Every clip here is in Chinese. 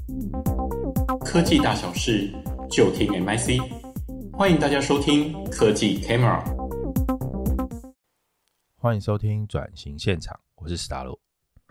科技大小事，就听 MIC。欢迎大家收听科技 Camera。 欢迎收听转型现场，我是史达洛。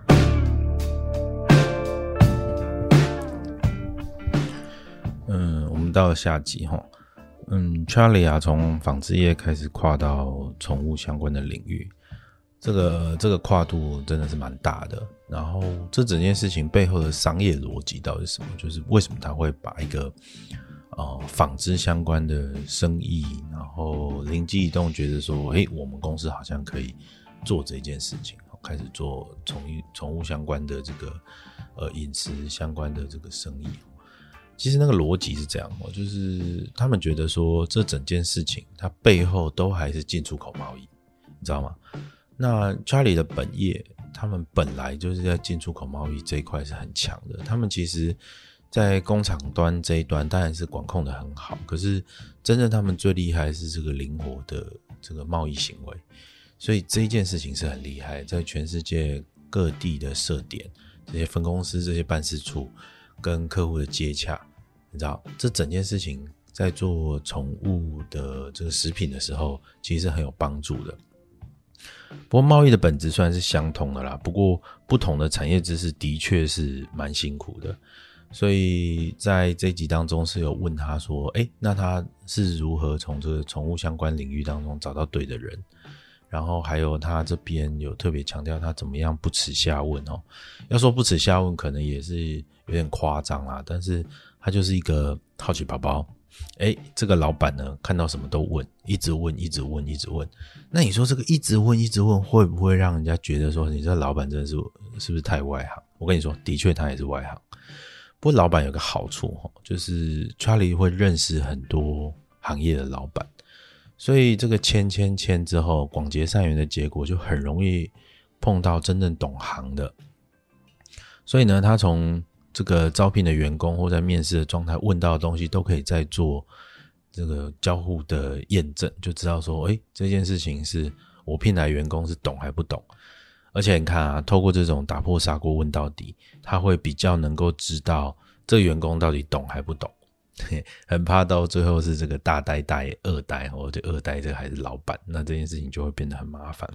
我们到了下集齁。Charlie 啊，从纺织业开始跨到宠物相关的领域，这个跨度真的是蛮大的。然后这整件事情背后的商业逻辑到底是什么？就是为什么他会把一个纺织相关的生意，然后灵机一动，觉得说，我们公司好像可以做这件事情，开始做宠物相关的这个饮食相关的这个生意。其实那个逻辑是这样，就是他们觉得说这整件事情它背后都还是进出口贸易，你知道吗？那 Charlie 的本业，他们本来就是在进出口贸易这一块是很强的，他们其实在工厂端这一端当然是管控的很好，可是真正他们最厉害是这个灵活的这个贸易行为，所以这一件事情是很厉害，在全世界各地的设点，这些分公司、这些办事处跟客户的接洽，你知道这整件事情在做宠物的这个食品的时候其实是很有帮助的。不过贸易的本质虽然是相同的啦，不过不同的产业知识的确是蛮辛苦的，所以在这一集当中是有问他说，那他是如何从这个宠物相关领域当中找到对的人，然后还有他这边有特别强调他怎么样不耻下问哦。要说不耻下问可能也是有点夸张啦，但是他就是一个好奇宝宝。这个老板呢，看到什么都问，一直问。那你说这个一直问会不会让人家觉得说你这老板真的是不是太外行？我跟你说，的确他也是外行。不过老板有个好处，就是 Charlie 会认识很多行业的老板，所以这个签之后，广结善缘的结果就很容易碰到真正懂行的。所以呢，他从这个招聘的员工或在面试的状态问到的东西，都可以再做这个交互的验证，就知道说，这件事情是我聘来员工是懂还不懂。而且你看啊，透过这种打破砂锅问到底，他会比较能够知道这个员工到底懂还不懂。很怕到最后是这个大呆呆二呆，或者二呆这个还是老板，那这件事情就会变得很麻烦。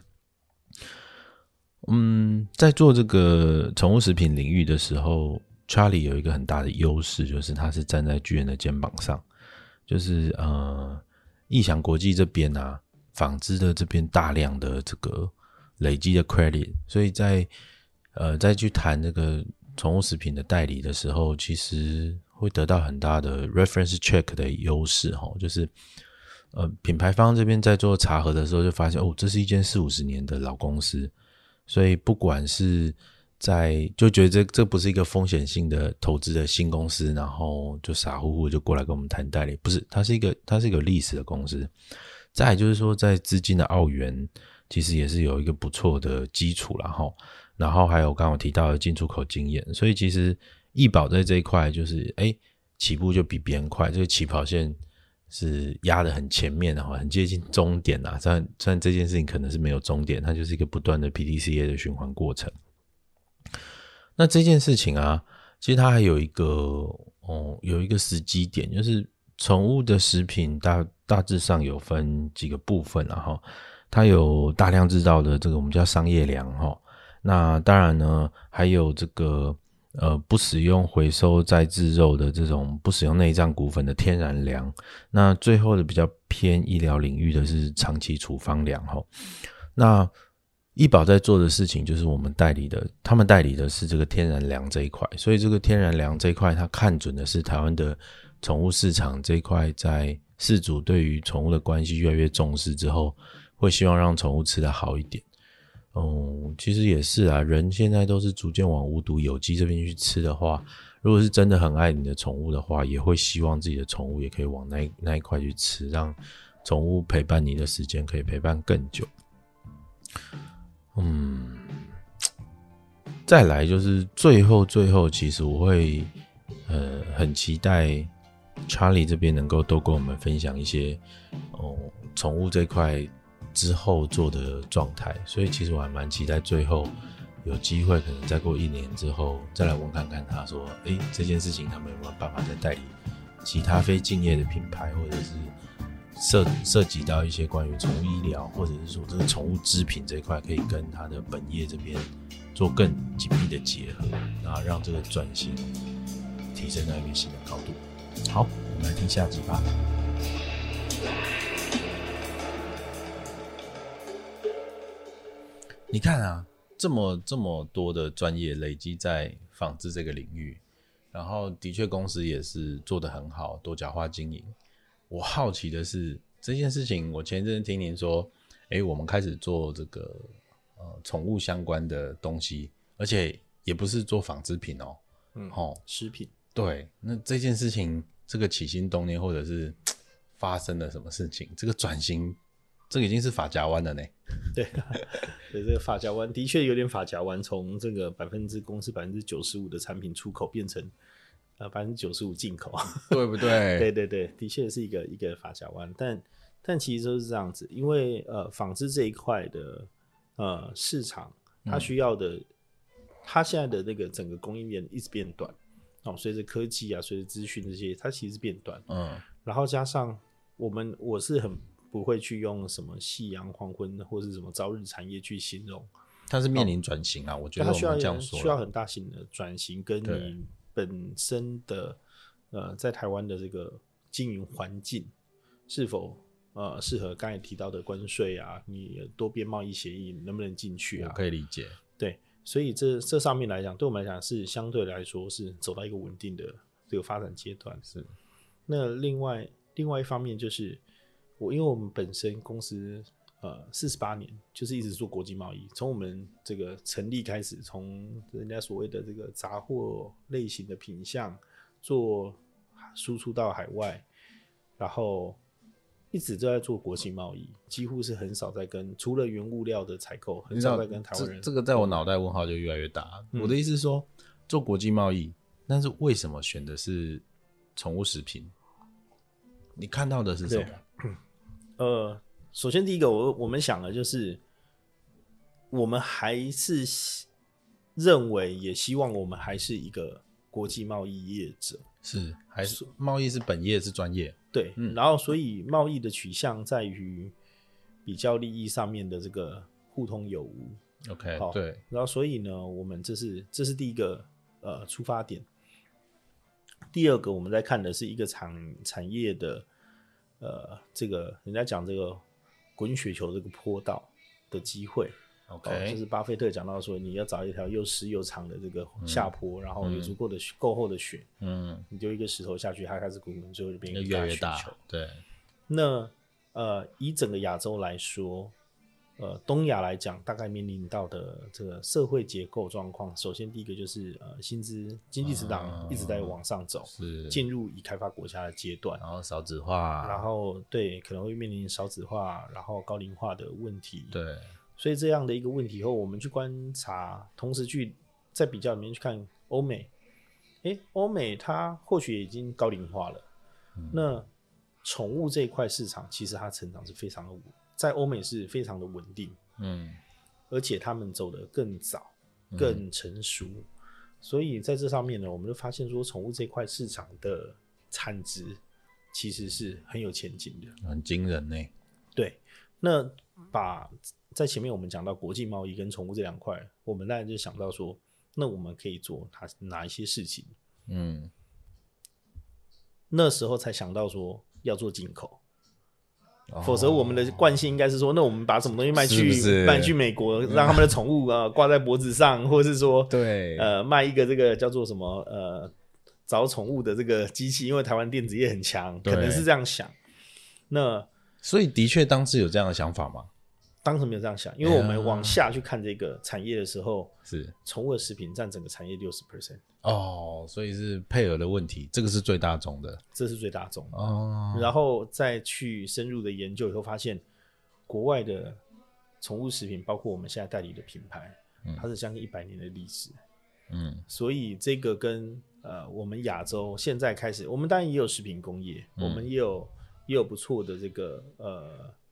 在做这个宠物食品领域的时候，Charlie 有一个很大的优势，就是他是站在巨人的肩膀上，就是义祥国际这边啊，纺织的这边大量的这个累积的 credit， 所以在去谈这个宠物食品的代理的时候，其实会得到很大的 reference check 的优势，就是品牌方这边在做查核的时候就发现，这是一间40-50年的老公司，所以不管是就觉得这不是一个风险性的投资的新公司，然后就傻乎乎就过来跟我们谈代理，不是，它是一个有历史的公司。再来就是说，在资金的澳元其实也是有一个不错的基础啦齁，然后还有刚刚我提到的进出口经验，所以其实易宝在这一块就是起步就比别人快，这个起跑线是压得很前面的，很接近终点啦。虽然这件事情可能是没有终点，它就是一个不断的 PDCA 的循环过程。那这件事情啊，其实它还有一个时机点，就是宠物的食品大致上有分几个部分啦齁，它有大量制造的这个我们叫商业粮齁，那当然呢还有这个不使用回收再制肉的这种不使用内脏骨粉的天然粮，那最后的比较偏医疗领域的是长期处方粮齁。那易宝在做的事情就是他们代理的是这个天然粮这一块，所以这个天然粮这一块他看准的是台湾的宠物市场这一块，在饲主对于宠物的关系越来越重视之后，会希望让宠物吃得好一点。其实也是啊，人现在都是逐渐往无毒有机这边去吃的话，如果是真的很爱你的宠物的话，也会希望自己的宠物也可以往那一块去吃，让宠物陪伴你的时间可以陪伴更久。再来就是最后其实我会很期待 Charlie 这边能够多跟我们分享一些宠物这块之后做的状态，所以其实我还蛮期待最后有机会可能再过1年之后再来问看看他说，这件事情他们有没有办法再代理其他非竞业的品牌，或者是涉及到一些关于宠物医疗，或者是说这个宠物织品这一块可以跟他的本业这边做更紧密的结合，然后让这个转型提升到一个新的高度。好，我们来听下集吧。你看啊，这么多的专业累积在纺织这个领域，然后的确公司也是做得很好，多角化经营。我好奇的是这件事情，我前一阵子听您说，我们开始做这个宠物相关的东西，而且也不是做纺织品哦， 食品。 对，那这件事情，这个起心动念，或者是发生了什么事情，这个转型，这个已经是发夹弯了呢。 对，这个发夹弯的确有点发夹弯，从这个公司95%的产品出口变成95%进口， 对不对？ 对对对，的确是一个发夹弯，但其实都是这样子，因为纺织这一块的市场，它需要的，它现在的那个整个供应链一直变短。随着科技啊，随着资讯这些，它其实变短。然后加上我是很不会去用什么夕阳黄昏或是什么朝日产业去形容， 它是面临转型啊，我觉得我们这样说需要很大型的转型，跟你本身的在台湾的这个经营环境是否适合刚才提到的关税啊，你多边贸易协议能不能进去啊？ 我可以理解， 对。所以这上面来讲，对我们来讲是相对来说是走到一个稳定的这个发展阶段。 是。 那另外一方面就是因为我们本身公司48年就是一直做国际贸易，从我们这个成立开始，从人家所谓的这个杂货类型的品项做输出到海外，然后一直都在做国际贸易，几乎是很少在除了原物料的采购，很少在跟台湾人。 这个在我脑袋问号就越来越大。我的意思是说，做国际贸易，但是为什么选的是宠物食品？你看到的是什么？ 首先第一个，我们想的就是，我们还是认为，也希望我们还是一个国际贸易业者。 是，还是贸易是本业是专业， 对，然后所以贸易的取向在于比较利益上面的这个互通有无。 OK， 对， 然后所以呢，我们这是第一个出发点。第二个，我们在看的是一个产业的这个人家讲这个滚雪球这个坡道的机会。 OK， 就是巴菲特讲到说，你要找一条又湿又长的这个下坡，然后有足够的够厚的雪，你丢一个石头下去，它开始滚滚，最后就变一个越来越大。对， 那以整个亚洲来说，东亚来讲，大概面临到的这个社会结构状况，首先第一个就是薪资经济成长一直在往上走， 是进入已开发国家的阶段， 然后少子化， 然后对可能会面临少子化，然后高龄化的问题， 对。 所以这样的一个问题以后，我们去观察，同时去在比较里面去看欧美，欧美它或许已经高龄化了，那宠物这一块市场其实它成长是非常的在欧美是非常的稳定，而且他们走得更早、更成熟，所以在这上面呢，我们就发现说，宠物这块市场的产值其实是很有前景的， 很惊人呢。 对，那在前面我们讲到国际贸易跟宠物这两块，我们当然就想到说，那我们可以做哪一些事情？那时候才想到说要做进口，否则我们的惯性应该是说，那我们把什么东西卖去美国，让他们的宠物挂在脖子上，或是说对卖一个这个叫做什么找宠物的这个机器，因为台湾电子业很强，可能是这样想。那所以的确当时有这样的想法吗？ 当时没有这样想，因为我们往下去看这个产业的时候， 是宠物的食品占整个产业 60%。 所以是配额的问题，这个是最大宗的， 这是最大宗的。然后再去深入的研究以后，发现国外的宠物食品，包括我们现在代理的品牌，它是将近100年的历史。所以这个跟我们亚洲现在开始，我们当然也有食品工业，我们也有不错的这个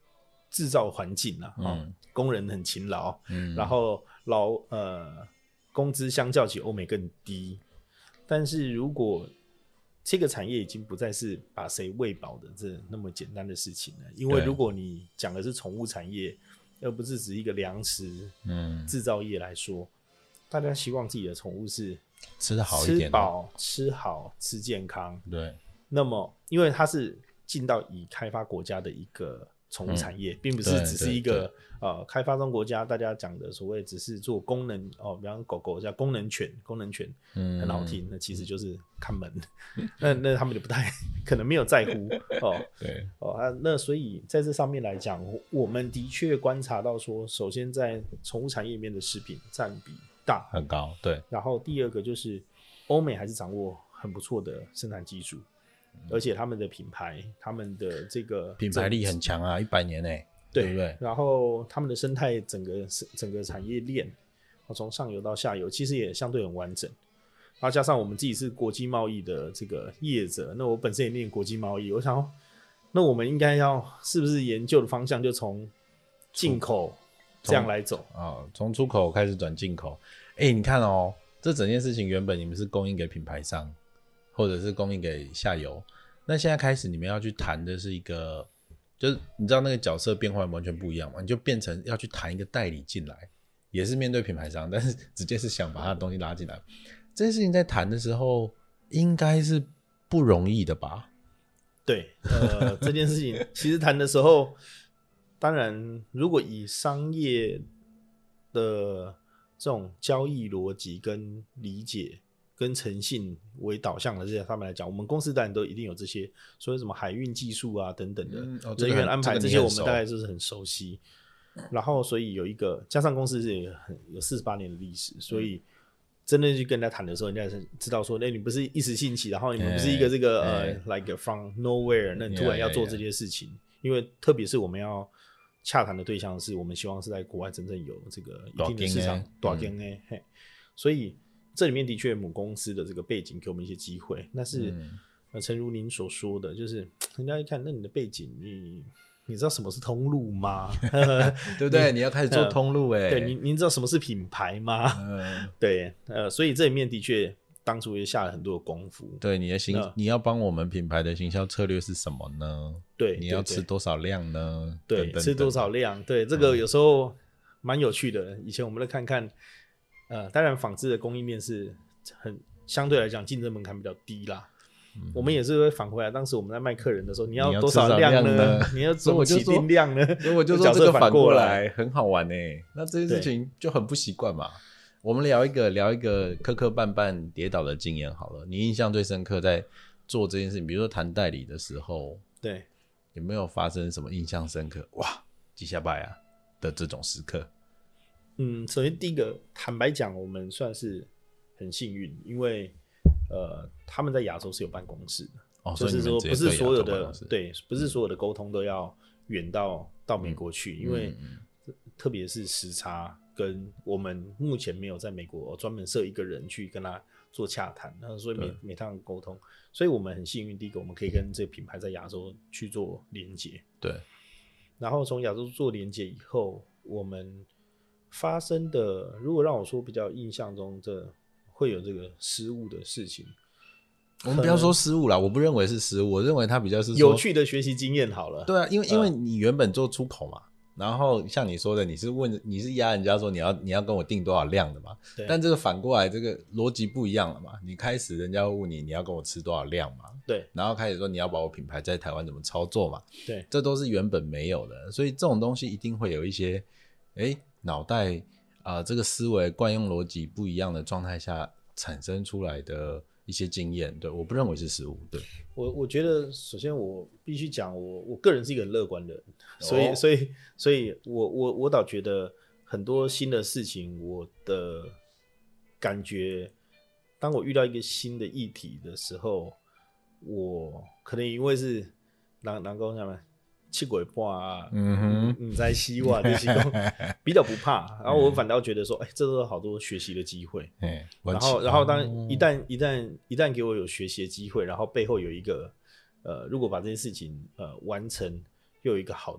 制造环境啊，工人很勤劳，然后工资相较起欧美更低。但是如果这个产业已经不再是把谁喂饱的这那么简单的事情了，因为如果你讲的是宠物产业，而不是只一个粮食制造业来说，大家希望自己的宠物是吃得好一点， 吃饱、吃好、吃健康。 对， 那么因为它是进到已开发国家的一个宠物产业，并不是只是一个开发中国家大家讲的所谓只是做功能比方狗狗叫功能犬，很好听，那其实就是看门，那他们就不太可能没有在乎对那所以在这上面来讲，我们的确观察到说，首先在宠物产业里面的食品占比大很高，对。 然后第二个就是欧美还是掌握很不错的生产技术。而且他们的品牌，他们的这个品牌力很强啊，100年对不对？ 然后他们的生态整个产业链，从上游到下游，其实也相对很完整。然后加上我们自己是国际贸易的这个业者，那我本身也念国际贸易，我想那我们应该是不是研究的方向就从进口这样来走从出口开始转进口。你看这整件事情原本你们是供应给品牌商，或者是供应给下游，那现在开始你们要去谈的是一个，就是你知道那个角色变换完全不一样嘛，你就变成要去谈一个代理进来，也是面对品牌商，但是直接是想把他的东西拉进来。这件事情在谈的时候应该是不容易的吧？ 对，这件事情其实谈的时候，当然如果以商业的这种交易逻辑跟理解跟诚信为导向的这些他们来讲，我们公司当然都一定有这些所谓什么海运技术啊等等的人员安排，这些我们大概就是很熟悉。然后所以有一个加上公司是有48年的历史，所以真的去跟人家谈的时候，人家知道说，你不是一时兴起，然后你们不是一个这个like from nowhere， 那你突然要做这些事情，因为特别是我们要洽谈的对象是我们希望是在国外真正有这个一定的市场大间所以这里面的确母公司的这个背景给我们一些机会，但是诚如您所说的，就是人家一看那你的背景，你知道什么是通路吗？ 对不对？你要开始做通路对，你知道什么是品牌吗？对，所以这里面的确当初也下了很多的功夫。 对，你要帮我们品牌的行销策略是什么呢？ 对， 你要吃多少量呢？ 对，等等吃多少量？对，这个有时候蛮有趣的。以前我们来看看，当然纺织的供应链是相对来讲竞争门槛比较低啦。我们也是会返回来，当时我们在卖客人的时候，你要多少量呢？你要怎么起订量呢？ 所以我就说这个反过来很好玩那这件事情就很不习惯嘛。我们聊一个磕磕绊绊跌倒的经验好了。你印象最深刻在做这件事情，比如说谈代理的时候， 对， 有没有发生什么印象深刻？哇，几下拜啊的这种时刻？ 首先第一个，坦白讲，我们算是很幸运，因为他们在亚洲是有办公室的，就是说不是所有的不是所有的沟通都要远到美国去，因为特别是时差，跟我们目前没有在美国专门设一个人去跟他做洽谈，所以每趟沟通，所以我们很幸运，第一个我们可以跟这个品牌在亚洲去做连结， 对， 然后从亚洲做连结以后，我们发生的，如果让我说比较印象中这会有这个失误的事情， 我们不要说失误啦，我不认为是失误，我认为它比较是说有趣的学习经验好了。 对啊，因为你原本做出口嘛，然后像你说的，你是压人家说你要跟我订多少量的嘛，但这个反过来这个逻辑不一样了嘛，你开始人家会问你要跟我吃多少量嘛，对，然后开始说你要把我品牌在台湾怎么操作嘛，对，这都是原本没有的，所以这种东西一定会有一些脑袋这个思维惯用逻辑不一样的状态下产生出来的一些经验，对，我不认为是失误。对，我觉得首先我必须讲，我个人是一个很乐观的人，所以我倒觉得很多新的事情，我的感觉，当我遇到一个新的议题的时候，我可能因为是人讲什么七鬼半啊，不知希望这些比较不怕，然后我反倒觉得说，这都是好多学习的机会。然后当一旦给我有学习的机会，然后背后有一个如果把这件事情完成，又有一个好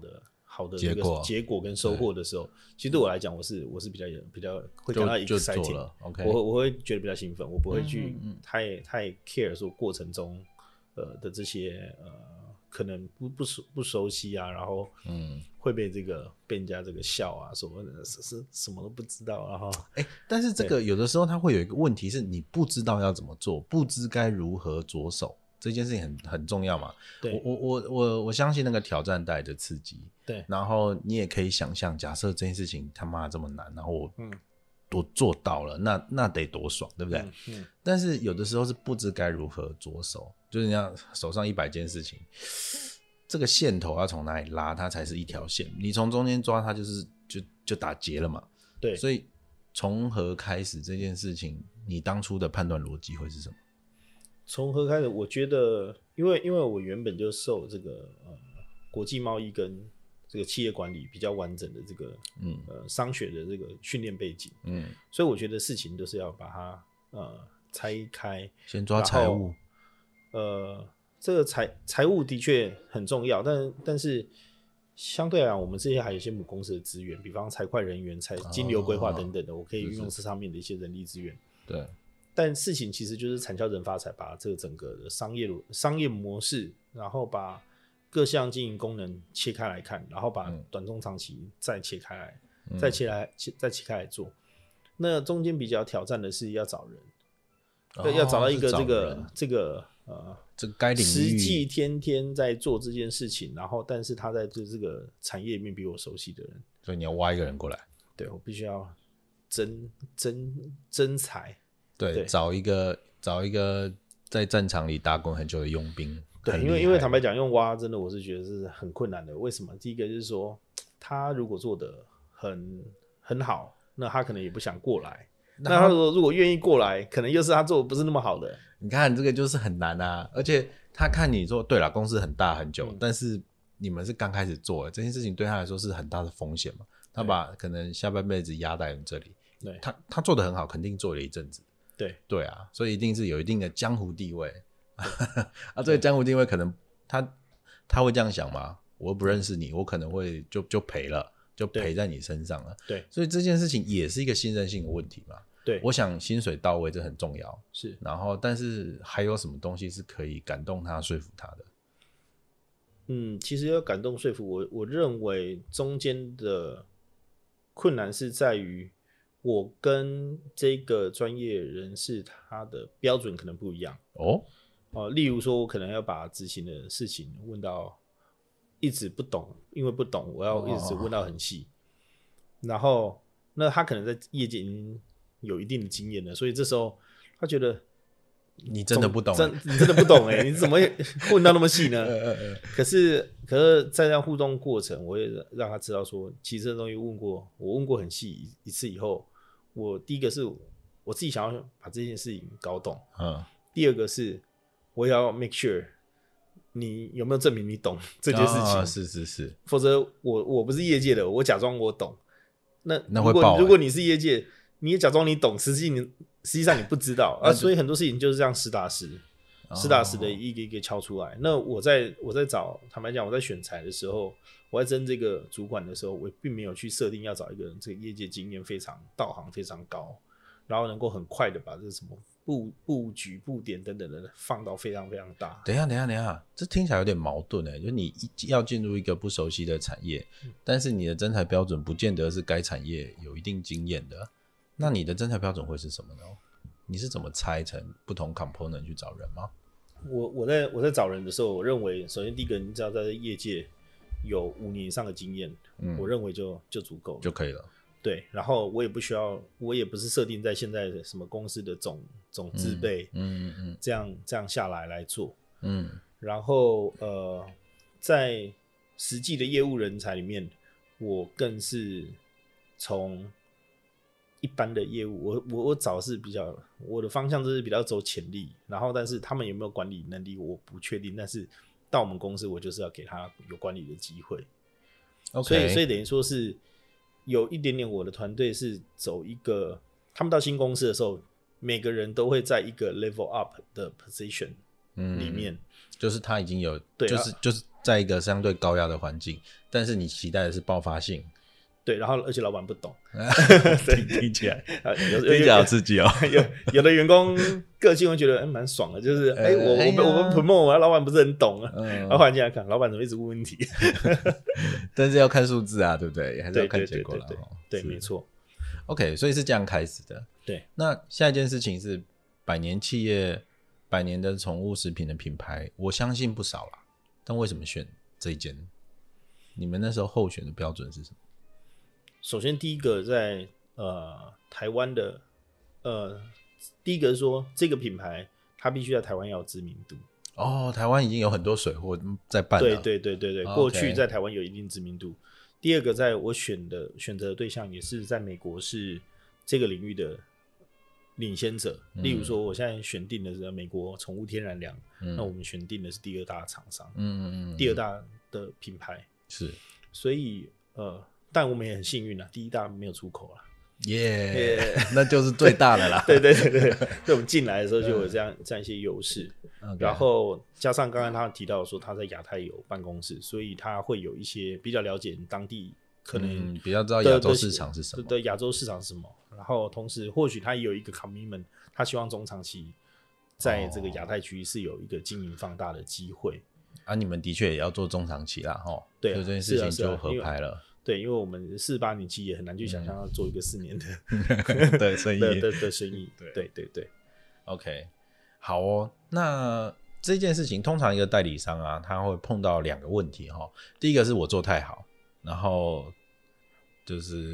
好的这个结果跟收获的时候，其实对我来讲，我是比较会感到 exciting， OK， 我会觉得比较兴奋，我不会去太 care 说过程中的这些可能不熟悉啊，然后会被人家这个笑啊什么的，是什么都不知道，然后但是这个有的时候它会有一个问题是你不知道要怎么做，不知该如何着手。这件事情很重要嘛？ 对， 我相信那个挑战带来的刺激， 对， 然后你也可以想象，假设这件事情他妈这么难，然后我做到了，那得多爽，对不对？但是有的时候是不知该如何着手，就是你像手上100件事情，这个线头要从哪里拉，它才是一条线。你从中间抓，它就打结了嘛。 对， 所以从何开始这件事情，你当初的判断逻辑会是什么？ 从何开始？我觉得，因为我原本就受这个国际贸易跟这个企业管理比较完整的这个商学的这个训练背景，所以我觉得事情都是要把它拆开， 先抓财务， 这个财务的确很重要，但是相对来讲，我们这些还有一些母公司的资源，比方财会人员、金流规划等等的，我可以运用这上面的一些人力资源， 对。 但事情其实就是产销人发财，把这个整个的商业模式，然后把各项经营功能切开来看，然后把短中长期再切开来，再切开来做。那中间比较挑战的是要找人，要找到一个这个该领域实际天天在做这件事情，然后但是他在这个产业里面比我熟悉的人， 所以你要挖一个人过来。 对，我必须要真才。 对，找一个在战场里打滚很久的佣兵。 对，因为坦白讲，用挖真的我是觉得是很困难的。为什么？第一个就是说，他如果做的很好，那他可能也不想过来。那他如果愿意过来，可能又是他做的不是那么好的。 你看这个就是很难啊，而且他看你说对了，公司很大很久，但是你们是刚开始做的这件事情，对他来说是很大的风险嘛。他把可能下半辈子压在你这里， 对， 他做的很好，肯定做了一阵子。对啊，所以一定是有一定的江湖地位啊。这个江湖地位可能他会这样想吗？我不认识你，我可能会就赔了，就赔在你身上了。 对， 所以这件事情也是一个信任性的问题嘛。 对， 我想薪水到位这很重要， 是。 然后，但是还有什么东西是可以感动他、说服他的？ 其实要感动说服我认为中间的困难是在于。我跟这个专业人士他的标准可能不一样例如说我可能要把执行的事情问到一直不懂，因为不懂我要一直问到很细，然后那他可能在业界已经有一定的经验了，所以这时候他觉得你真的不懂你真的不懂你怎么问到那么细呢可是在这样互动过程，我也让他知道说其实这东西我问过很细一次以后，我第一个是我自己想要把这件事情搞懂，第二个是我要 make sure 你有没有证明你懂这件事情， 是， 否则我不是业界的，我假装我懂，那会爆如果你是业界，你也假装你懂，实际上你不知道所以很多事情就是这样实打实的一个一个敲出来。那我在找，坦白讲，我在选材的时候，我在争这个主管的时候，我并没有去设定要找一个人这个业界经验非常道行非常高，然后能够很快的把这什么布局布点等等的放到非常非常大。 等一下，这听起来有点矛盾就是你要进入一个不熟悉的产业，但是你的征才标准不见得是该产业有一定经验的，那你的征才标准会是什么呢？你是怎么拆成不同 component 去找人吗？ 我在找人的时候，我认为首先第一个，你只要在业界有5年以上的经验，我认为就足够了， 就可以了。 对，然后我也不是设定在现在的什么公司的总字辈，这样下来做，然后在实际的业务人才里面，我更是从一般的业务，我找是比较，我的方向就是比较走潜力，然后但是他们有没有管理能力我不确定，但是到我们公司我就是要给他有管理的机会。 Okay. 所以等于说是有一点点我的团队是走一个，他们到新公司的时候，每个人都会在一个 level up 的 position 里面， 就是他已经有， 对， 就是在一个相对高压的环境，但是你期待的是爆发性。 对，然后而且老板不懂， 听起来听起来好刺激哦。 有的员工个性会觉得蛮爽的，就是我们 promote， 老板不是很懂啊，然后换进来看，老板怎么一直问问题？ 但是要看数字啊，对不对？还是要看结果啦。 对，没错。 OK， 所以是这样开始的。 对， 那下一件事情是百年企业、百年的宠物食品的品牌，我相信不少啦。但为什么选这一间？你们那时候候选的标准是什么？ 首先，第一个在台湾的第一个是说这个品牌它必须在台湾要有知名度。 哦，台湾已经有很多水货在办了。 对，过去在台湾有一定知名度。第二个，在我选择的对象也是在美国是这个领域的领先者。例如说，我现在选定的是美国宠物天然粮，那我们选定的是第二大厂商，第二大的品牌是。 所以但我们也很幸运啦，第一大没有出口啦。 那就是最大的啦。 对，所以我们进来的时候就有这样一些优势。然后加上刚刚他提到说他在亚太有办公室，所以他会有一些比较了解当地可能比较知道亚洲市场是什么， 对亚洲市场是什么。然后同时或许他也有一个 commitment， 他希望中长期在这个亚太区是有一个经营放大的机会。 你们的确也要做中长期啦， 对， 所以这件事情就合拍了。 对，因为我们48年期也很难去想象要做一个4年的对生意的生意。对 OK， 好哦。那这件事情通常一个代理商啊，他会碰到2个问题第一个是我做太好，然后就是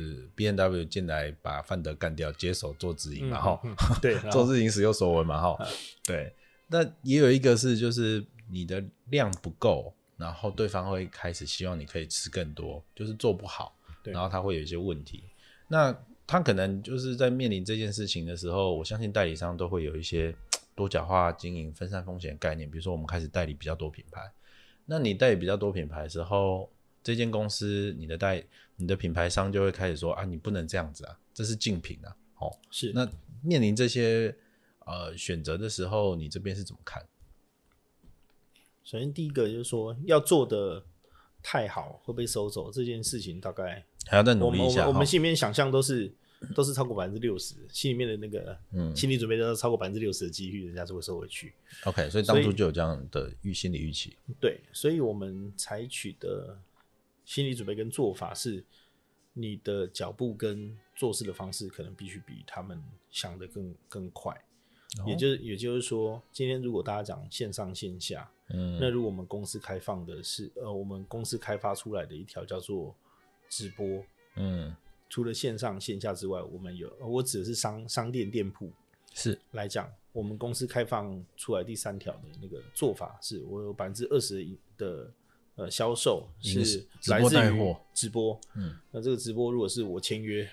B&W 进来把范德干掉，接手做直营嘛对， 做直营时又收尾嘛对。那也有一个是就是你的量不够，然后对方会开始希望你可以吃更多，就是做不好，然后他会有一些问题。那他可能就是在面临这件事情的时候，我相信代理商都会有一些多角化经营、分散风险的概念。比如说我们开始代理比较多品牌，那你代理比较多品牌的时候，这间公司你的品牌商就会开始说你不能这样子啊，这是竞品啊。 是。 那面临这些选择的时候，你这边是怎么看？ 首先第一个就是说要做的太好会被收走这件事情，大概还要再努力一下。 我们心里面想象都是超过 60%， 心里面的那个心理准备都是超过 60% 的几率人家就会收回去。 OK， 所以当初就有这样的心理预期。 对，所以我们采取的心理准备跟做法是，你的脚步跟做事的方式可能必须比他们想的更快。也就是说，今天如果大家讲线上线下，那如果我们公司开放的是我们公司开发出来的一条叫做直播，除了线上线下之外，我们我指的是商店店铺是来讲，我们公司开放出来第3条的那个做法是，我有20%的销售是来自于直播，那这个直播如果是我签约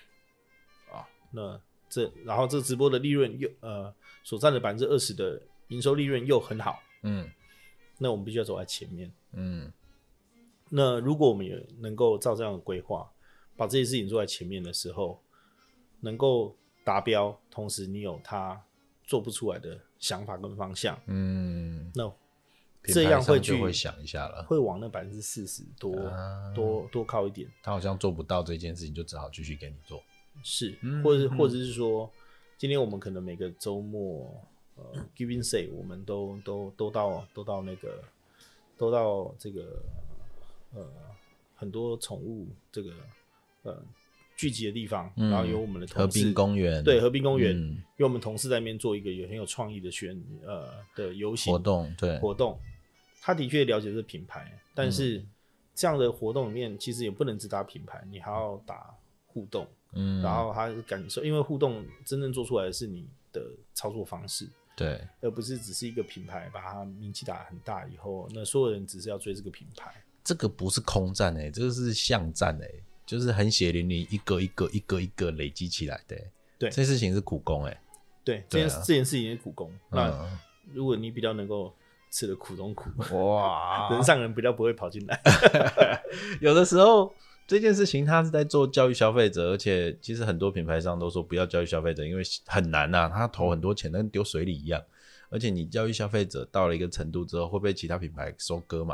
然后这个直播的利润又所占的20%的营收利润又很好，那我们必须要走在前面，那如果我们也能够照这样的规划，把这些事情做在前面的时候，能够达标，同时你有他做不出来的想法跟方向，那这样就会想一下了， 会往那40%多靠一点。 他好像做不到这件事情，就只好继续给你做。 是，或者是说，今天我们可能每个周末Giving Day 我们都到那个都到这个很多宠物这个聚集的地方，然后有我们的同事， 河滨公园， 对，河滨公园，有我们同事在那边做一个很有创意的的游行活动，他的确了解这个品牌，但是这样的活动里面其实也不能只打品牌，你还要打互动，然后他感受，因为互动真正做出来的是你的操作方式， 对， 而不是只是一个品牌把它名气打很大以后，那所有人只是要追这个品牌。 这个不是空战这个是巷战就是很血淋淋一个累积起来的对， 这事情是苦工对，这件事情是苦工。那如果你比较能够吃了苦中苦，哇，人上人比较不会跑进来。 有的时候这件事情他是在做教育消费者，而且其实很多品牌商都说不要教育消费者，因为很难他投很多钱跟丢水里一样，而且你教育消费者到了一个程度之后会被其他品牌收割嘛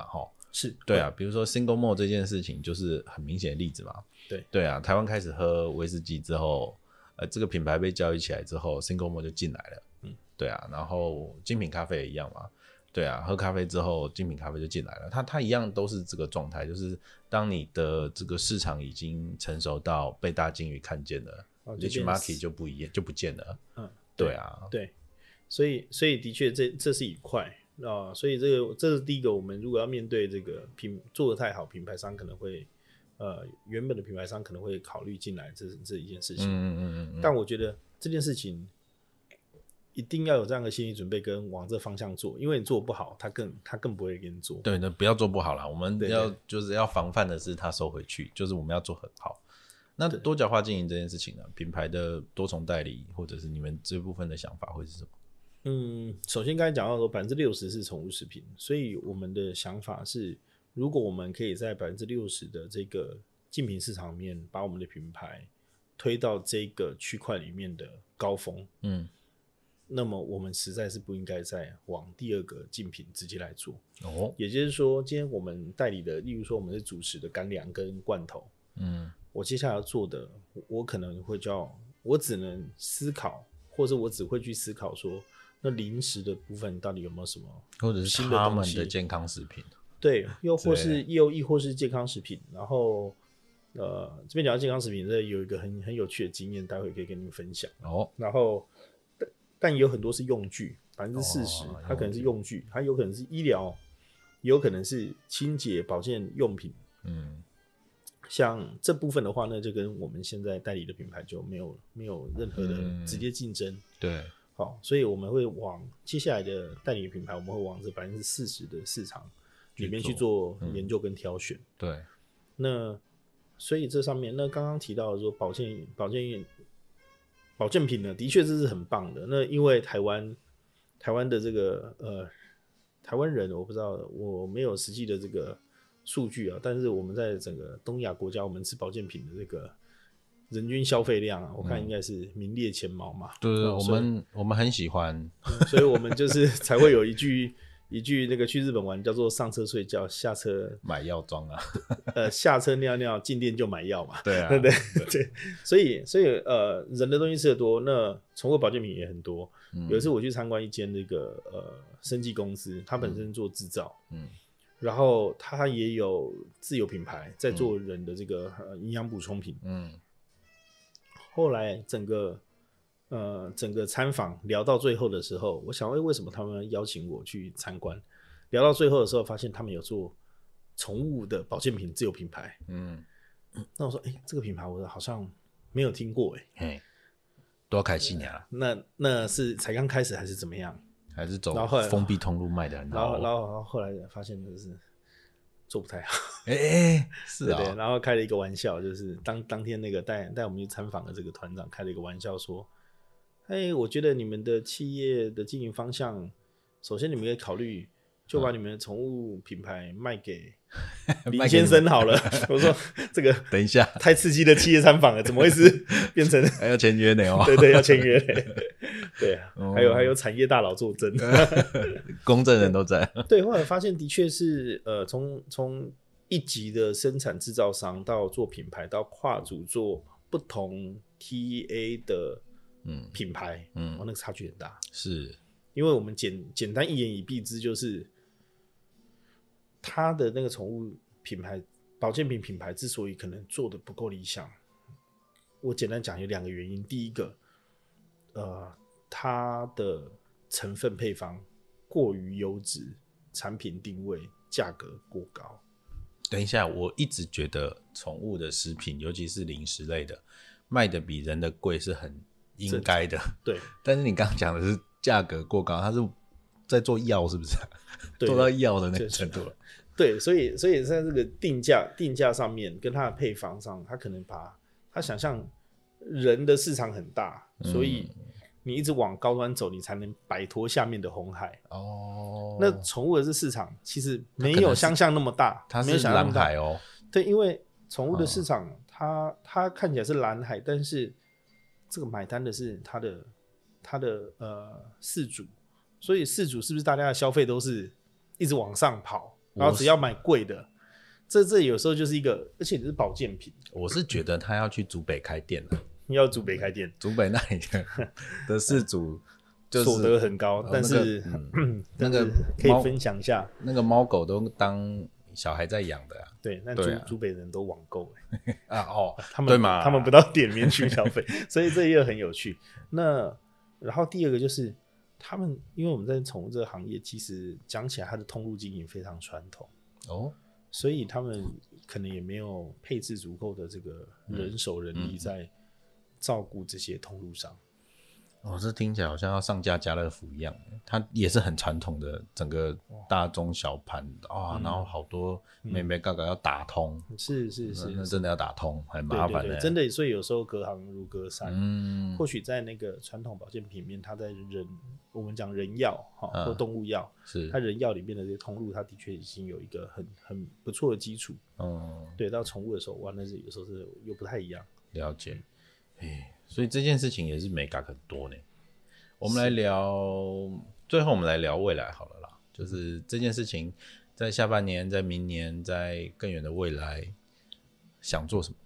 是， 对啊，比如说 single malt 这件事情就是很明显的例子嘛。对啊，台湾开始喝威士忌之后，这个品牌被交易起来之后 ，single malt 就进来了。对啊，然后精品咖啡也一样嘛。对啊，喝咖啡之后，精品咖啡就进来了。它一样都是这个状态，就是当你的这个市场已经成熟到被大鲸鱼看见了，niche market 就不一样，就不见了。对啊， 对，所以的确这是一块啊，所以这是第一个，我们如果要面对这个做得太好，品牌商可能会原本的品牌商可能会考虑进来这一件事情。但我觉得这件事情一定要有这样的心理准备跟往这方向做，因为你做不好，他更不会给你做。 对，那不要做不好啦，我们就是要防范的是他收回去，就是我们要做很好。那多角化经营这件事情呢，品牌的多重代理或者是你们这部分的想法会是什么？ 首先刚才讲到说60%是宠物食品，所以我们的想法是，如果我们可以在60%的这个竞品市场里面把我们的品牌推到这个区块里面的高峰，那么我们实在是不应该再往第二个竞品直接来做。也就是说，今天我们代理的，例如说我们是主食的干粮跟罐头，我接下来要做的，我可能会我只能思考，或者我只会去思考说，那零食的部分到底有没有什么或者是他们的健康食品？ 对，又或是健康食品。然后这边讲到健康食品，这有一个很有趣的经验，待会可以跟你们分享。然后但有很多是用具，40%它可能是用具，它有可能是医疗，也有可能是清洁保健用品。像这部分的话呢，就跟我们现在代理的品牌就没有任何的直接竞争。 对， 好，所以我们会往接下来的代理品牌，我们会往这40%的市场里面去做研究跟挑选。 对， 那所以这上面，那刚刚提到的说保健品呢，的确这是很棒的。那因为台湾的这个台湾人，我不知道，我没有实际的这个数据啊，但是我们在整个东亚国家，我们吃保健品的这个人均消费量啊，我看应该是名列前茅嘛。 对，我们很喜欢， 所以我们就是才会有一句那个去日本玩叫做上车睡觉，下车买药妆啊， 下车尿尿，进店就买药嘛。 对啊， 对，所以人的东西吃得多，那宠物保健品也很多。有一次我去参观一间那个生技公司，它本身做制造，然后它也有自有品牌在做人的这个营养补充品。后来整个参访聊到最后的时候，我想为什么他们邀请我去参观？聊到最后的时候，发现他们有做宠物的保健品自有品牌。那我说，这个品牌我好像没有听过， 多开心呀！ 那是才刚开始还是怎么样？ 还是走封闭通路卖的很好？ 然后后来发现就是做不太好。 是啊。 对，然后开了一个玩笑，就是当天那个带我们去参访的这个团长开了一个玩笑说，我觉得你们的企业的经营方向，首先你们可以考虑就把你们的宠物品牌卖给林先生好了。我说这个等一下太刺激的企业参访了，怎么会是变成还要签约呢？ 对，要签约呢。对啊，还有产业大佬作证， 公证人都在。 对，后来发现的确是从一级的生产制造商到做品牌，到跨组做不同 TA 的品牌，那个差距很大。 是因为我们简单一言以蔽之，就是它的那个宠物品牌、保健品品牌之所以可能做的不够理想，我简单讲有2个原因。第一个，它的成分配方过于优质，产品定位价格过高。 等一下，我一直觉得宠物的食品，尤其是零食类的，卖的比人的贵是很应该的。 对， 但是你刚刚讲的是价格过高，它是在做药，是不是？做到药的那个程度了。 对，所以在这个定价上面，跟它的配方上，它可能把它想象人的市场很大，所以你一直往高端走，你才能摆脱下面的红海。那宠物的这市场其实没有想象那么大， 它是蓝海哦。 对，因为宠物的市场，它看起来是蓝海，但是这个买单的是它的饲主，所以饲主是不是大家的消费都是一直往上跑？ 然后只要买贵的，这有时候就是一个，而且是保健品。 我是觉得他要去竹北开店了， 你要竹北开店， 竹北那里的事主就是所得很高，但是那个可以分享一下， 那个猫狗都当小孩在养的啊。 对，那竹北人都网购啊哦， 他们对嘛， 他们不到店里面去消费，所以这也很有趣。那然后第二个就是他们，因为我们在宠物这个行业，其实讲起来它的通路经营非常传统哦， 所以他们可能也没有配置足够的这个人手人力在照顾这些通路上。 哦，这听起来好像要上架家乐福一样，它也是很传统的整个大中小盘啊，然后好多妹妹嘎嘎要打通， 是， 那真的要打通，很麻烦的， 对，真的，所以有时候隔行如隔山。或许在那个传统保健品里面，它在我们讲人药或动物药， 是它人药里面的这些通路，它的确已经有一个很不错的基础。对，到宠物的时候，哇，那是有时候是又不太一样。 了解，所以这件事情也是美感很多呢。我们来聊，最后我们来聊未来好了啦，就是这件事情在下半年、在明年、在更远的未来，想做什么？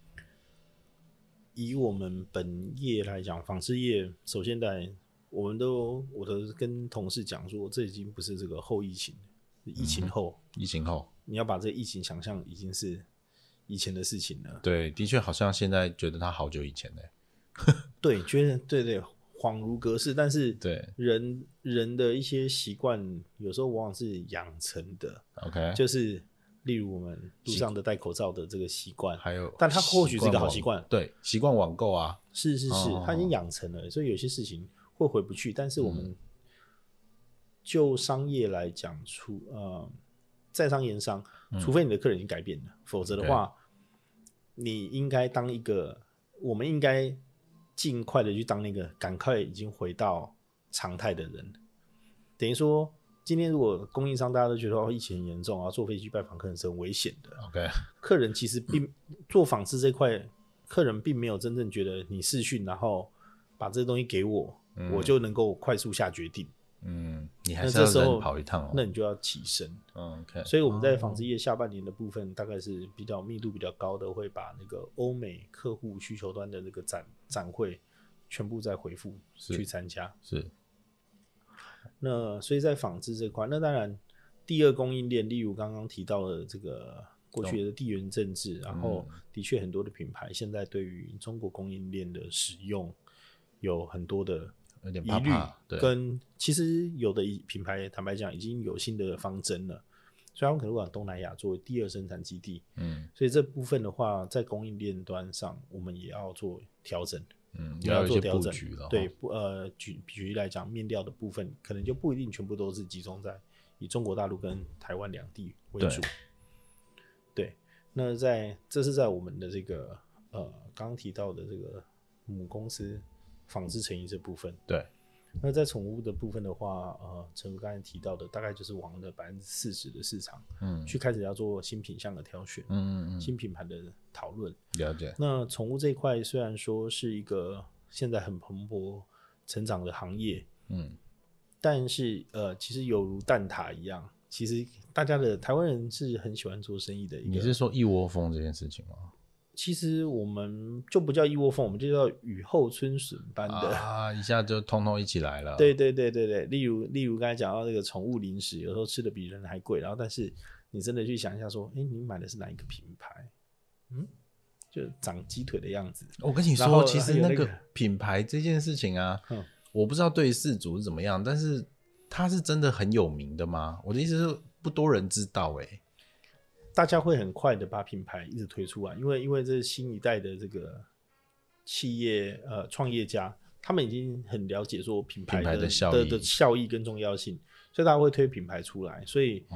以我们本业来讲，纺织业，首先我都跟同事讲说，这已经不是这个后疫情，疫情后，你要把这个疫情想象已经是以前的事情了。 对，的确好像现在觉得它好久以前了。 对，觉得对，恍如隔世。但是对人的一些习惯，有时候往往是养成的。 OK， 就是例如我们路上的戴口罩的这个习惯， 还有， 但它或许是一个好习惯。 对，习惯网购啊， 是，它已经养成了，所以有些事情会回不去。但是我们就商业来讲，在商言商，除非你的客人已经改变了，否则的话，你应该我们应该尽快的去当那个赶快已经回到常态的人。等于说，今天如果供应商大家都觉得疫情很严重啊，坐飞机拜访客人是很危险的。 OK， 客人其实做纺织这块，客人并没有真正觉得你视讯，然后把这东西给我，我就能够快速下决定。 你还是要人跑一趟那你就要起身。 OK， 所以我们在纺织业下半年的部分，大概是比较密度比较高的，会把那个欧美客户需求端的那个展会全部再回复去参加。 是。 那所以在纺织这块，那当然第二供应链，例如刚刚提到的这个过去的地缘政治，然后的确很多的品牌现在对于中国供应链的使用有很多的有点疑虑， 跟其实有的品牌坦白讲已经有新的方针了，所以他们可能会把东南亚作为第二生产基地。所以这部分的话，在供应链端上，我们也要做调整。 也要做调整。 对，举例来讲，面料的部分可能就不一定全部都是集中在以中国大陆跟台湾两地为主。对，那这是在我们的这个刚刚提到的这个母公司纺织成衣这部分。对，那在宠物的部分的话，陈如刚才提到的，大概就是往了40%的市场，去开始要做新品项的挑选，新品牌的讨论。 了解。 那宠物这一块虽然说是一个现在很蓬勃成长的行业，但是其实犹如蛋挞一样，其实大家的台湾人是很喜欢做生意的一个。 你是说一窝蜂这件事情吗？ 其实我们就不叫一窝蜂，我们就叫雨后春笋般的一下就通通一起来了。 对，例如刚才讲到这个宠物零食，有时候吃的比人还贵，然后但是你真的去想一下说，你买的是哪一个品牌？就长鸡腿的样子。 我跟你说，其实那个品牌这件事情啊，我不知道对饲主是怎么样，但是它是真的很有名的吗？我的意思是不多人知道大家会很快的把品牌一直推出来，因为这是新一代的这个企业创业家，他们已经很了解说品牌的效益跟重要性，所以大家会推品牌出来，所以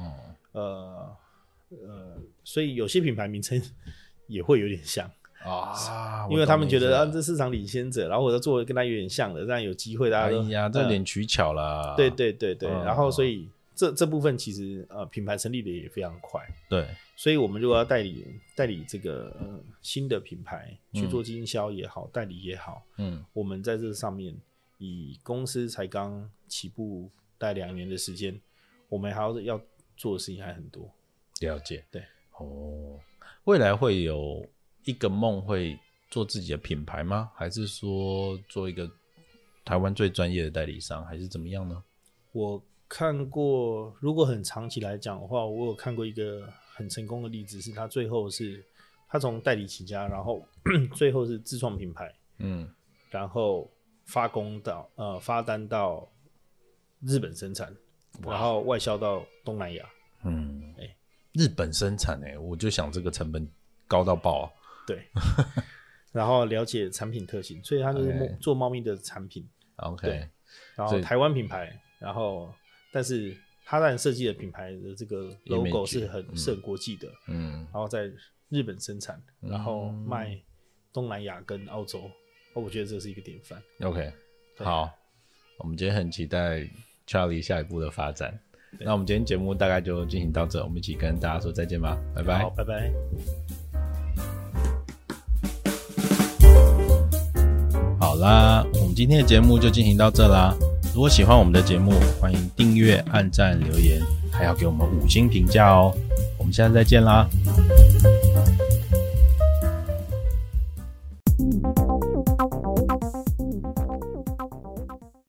所以有些品牌名称也会有点像因为他们觉得这市场领先者，然后我就做的跟他有点像的，这样有机会大家都这有点取巧啦。 对，然后所以这部分其实品牌成立的也非常快。 对， 所以我们如果要代理这个新的品牌去做经销也好，代理也好，我们在这上面以公司才刚起步大概2年的时间，我们还要做的事情还很多。 了解， 对， 未来会有一个梦会做自己的品牌吗？还是说做一个台湾最专业的代理商，还是怎么样呢？ 我看过，如果很长期来讲的话，我有看过一个很成功的例子，是他最后是他从代理起家，然后最后是自创品牌，然后发单到日本生产，然后外销到东南亚。 日本生产我就想这个成本高到爆啊。 对，然后了解产品特性，所以他就是做猫咪的产品。 OK， 对，然后台湾品牌，然后但是他当然设计的品牌的这个 logo 是很国际的，然后在日本生产，然后卖东南亚跟澳洲，我觉得这是一个典范。 OK， 好，我们今天很期待 Charlie 下一步的发展。那我们今天节目大概就进行到这，我们一起跟大家说再见吧，拜拜。 好，拜拜。 好啦，我们今天的节目就进行到这啦。如果喜欢我们的节目，欢迎订阅、按赞、留言，还要给我们5星评价哦。我们下次再见啦，